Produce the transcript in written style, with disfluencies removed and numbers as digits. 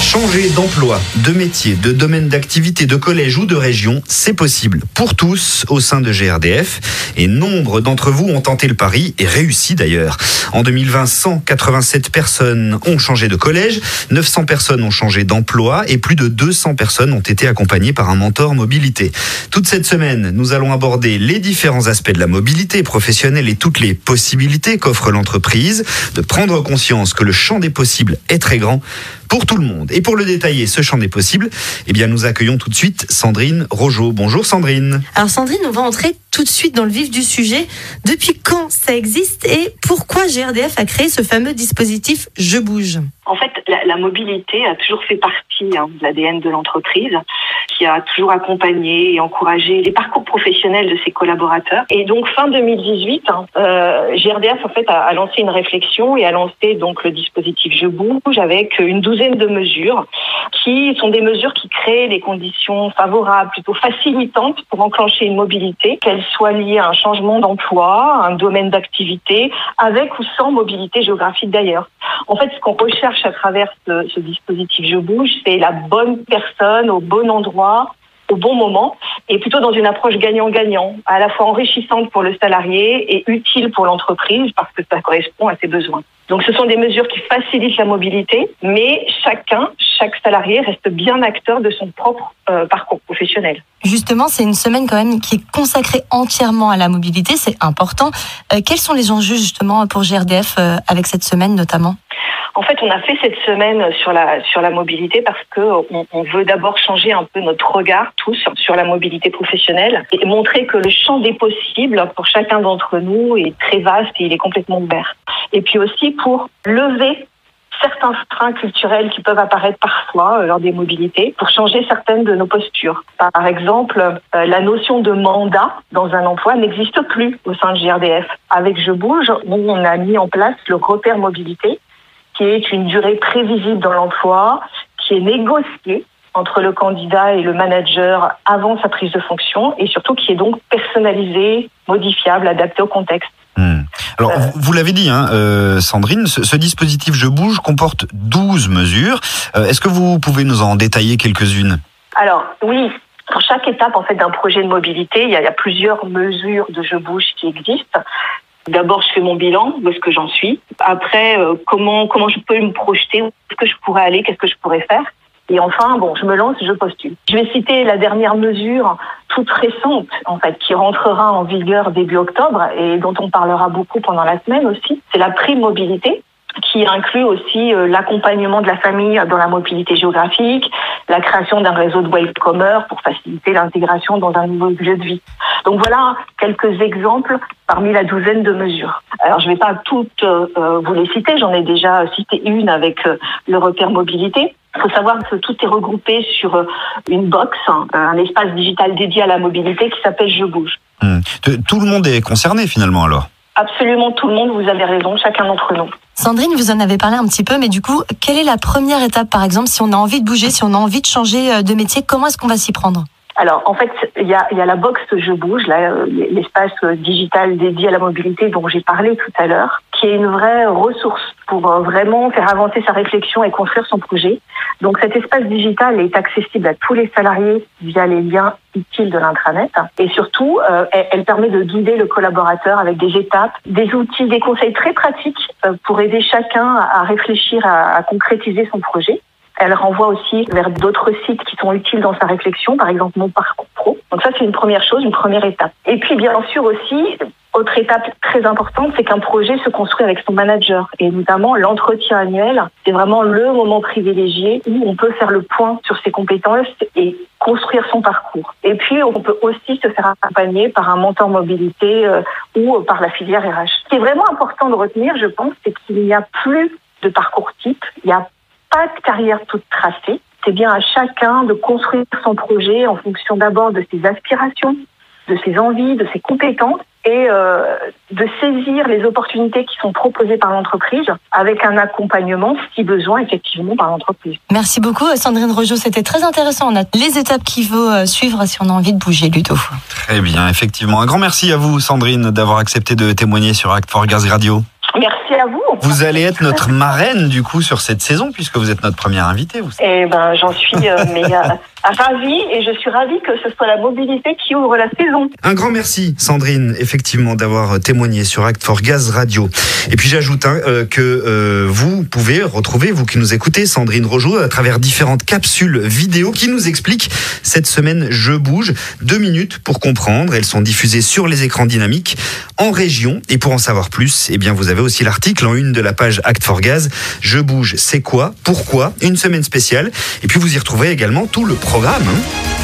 Changer d'emploi, de métier, de domaine d'activité, de collège ou de région, c'est possible pour tous au sein de GRDF. Et nombre d'entre vous ont tenté le pari et réussi d'ailleurs. En 2020, 187 personnes ont changé de collège, 900 personnes ont changé d'emploi et plus de 200 personnes ont été accompagnées par un mentor mobilité. Toute cette semaine, nous allons aborder les différents aspects de la mobilité professionnelle et toutes les possibilités qu'offre l'entreprise, de prendre conscience que le champ des possibles est très grand pour tout le monde. Et pour le détailler, ce champ des possibles, nous accueillons tout de suite Sandrine Rojo. Bonjour Sandrine. Alors Sandrine, on va entrer tout de suite dans le vif du sujet. Depuis quand ça existe et pourquoi GRDF a créé ce fameux dispositif Je bouge ? En fait, la mobilité a toujours fait partie de l'ADN de l'entreprise, qui a toujours accompagné et encouragé les parcours professionnels de ses collaborateurs. Et donc, fin 2018, GRDF en fait a lancé une réflexion et a lancé donc le dispositif Je bouge avec une douzaine de mesures qui sont des mesures qui créent des conditions favorables, plutôt facilitantes pour enclencher une mobilité, qu'elle soit liée à un changement d'emploi, un domaine d'activité, avec ou sans mobilité géographique d'ailleurs. En fait, ce qu'on recherche à travers ce dispositif Je bouge, c'est la bonne personne au bon endroit, au bon moment, et plutôt dans une approche gagnant-gagnant, à la fois enrichissante pour le salarié et utile pour l'entreprise parce que ça correspond à ses besoins. Donc ce sont des mesures qui facilitent la mobilité, mais chaque salarié reste bien acteur de son propre parcours professionnel. Justement, c'est une semaine quand même qui est consacrée entièrement à la mobilité, c'est important. Quels sont les enjeux justement pour GRDF avec cette semaine notamment ? En fait, on a fait cette semaine sur la mobilité parce que on veut d'abord changer un peu notre regard tous sur la mobilité professionnelle et montrer que le champ des possibles pour chacun d'entre nous est très vaste et il est complètement ouvert. Et puis aussi pour lever certains freins culturels qui peuvent apparaître parfois lors des mobilités pour changer certaines de nos postures. Par exemple, la notion de mandat dans un emploi n'existe plus au sein de GRDF. Avec Je bouge, on a mis en place le repère mobilité, qui est une durée prévisible dans l'emploi, qui est négociée entre le candidat et le manager avant sa prise de fonction et surtout qui est donc personnalisée, modifiable, adaptée au contexte. Alors, vous l'avez dit, Sandrine, ce dispositif Je bouge comporte 12 mesures. Est-ce que vous pouvez nous en détailler quelques-unes ? Alors, oui. Pour chaque étape en fait d'un projet de mobilité, il y a plusieurs mesures de Je bouge qui existent. D'abord, je fais mon bilan, où est-ce que j'en suis. Après, comment je peux me projeter, où est-ce que je pourrais aller, qu'est-ce que je pourrais faire. Et enfin, je me lance, je postule. Je vais citer la dernière mesure toute récente, en fait, qui rentrera en vigueur début octobre et dont on parlera beaucoup pendant la semaine aussi. C'est la prime mobilité, qui inclut aussi l'accompagnement de la famille dans la mobilité géographique, la création d'un réseau de welcomers pour faciliter l'intégration dans un nouveau lieu de vie. Donc voilà quelques exemples parmi la douzaine de mesures. Alors je ne vais pas toutes vous les citer, j'en ai déjà cité une avec le repère mobilité. Il faut savoir que tout est regroupé sur une box, un espace digital dédié à la mobilité qui s'appelle Je bouge. Tout le monde est concerné finalement alors ? Absolument tout le monde, vous avez raison, chacun d'entre nous. Sandrine, vous en avez parlé un petit peu, mais du coup, quelle est la première étape, par exemple, si on a envie de bouger, si on a envie de changer de métier, comment est-ce qu'on va s'y prendre ? Alors, en fait, il y a la box Je bouge, là, l'espace digital dédié à la mobilité dont j'ai parlé tout à l'heure, qui est une vraie ressource pour vraiment faire avancer sa réflexion et construire son projet. Donc, cet espace digital est accessible à tous les salariés via les liens utiles de l'intranet. Et surtout, elle permet de guider le collaborateur avec des étapes, des outils, des conseils très pratiques pour aider chacun à réfléchir, à concrétiser son projet. Elle renvoie aussi vers d'autres sites qui sont utiles dans sa réflexion, par exemple Mon Parcours Pro. Donc ça, c'est une première chose, une première étape. Et puis, bien sûr aussi, autre étape très importante, c'est qu'un projet se construit avec son manager. Et notamment, l'entretien annuel, c'est vraiment le moment privilégié où on peut faire le point sur ses compétences et construire son parcours. Et puis, on peut aussi se faire accompagner par un mentor mobilité ou par la filière RH. Ce qui est vraiment important de retenir, je pense, c'est qu'il n'y a plus de parcours type. Il n'y a pas de carrière toute tracée. C'est bien à chacun de construire son projet en fonction d'abord de ses aspirations, de ses envies, de ses compétences et de saisir les opportunités qui sont proposées par l'entreprise avec un accompagnement, si besoin, effectivement, par l'entreprise. Merci beaucoup, Sandrine Rojo. C'était très intéressant. On a les étapes qu'il faut suivre si on a envie de bouger, Ludo. Très bien, effectivement. Un grand merci à vous, Sandrine, d'avoir accepté de témoigner sur Act for Girls Radio. Merci à vous. Vous allez être notre marraine du coup sur cette saison puisque vous êtes notre première invitée. Eh ben, j'en suis ravie et je suis ravie que ce soit la mobilité qui ouvre la saison. Un grand merci Sandrine, effectivement, d'avoir témoigné sur Act for Gaz Radio. Et puis j'ajoute que vous pouvez retrouver, vous qui nous écoutez, Sandrine Rojo à travers différentes capsules vidéo qui nous expliquent cette semaine Je bouge, 2 minutes pour comprendre. Elles sont diffusées sur les écrans dynamiques en région. Et pour en savoir plus, eh bien vous avez aussi l'article en une de la page Act for Gaz. Je bouge, c'est quoi? Pourquoi? Une semaine spéciale. Et puis vous y retrouverez également tout le programme.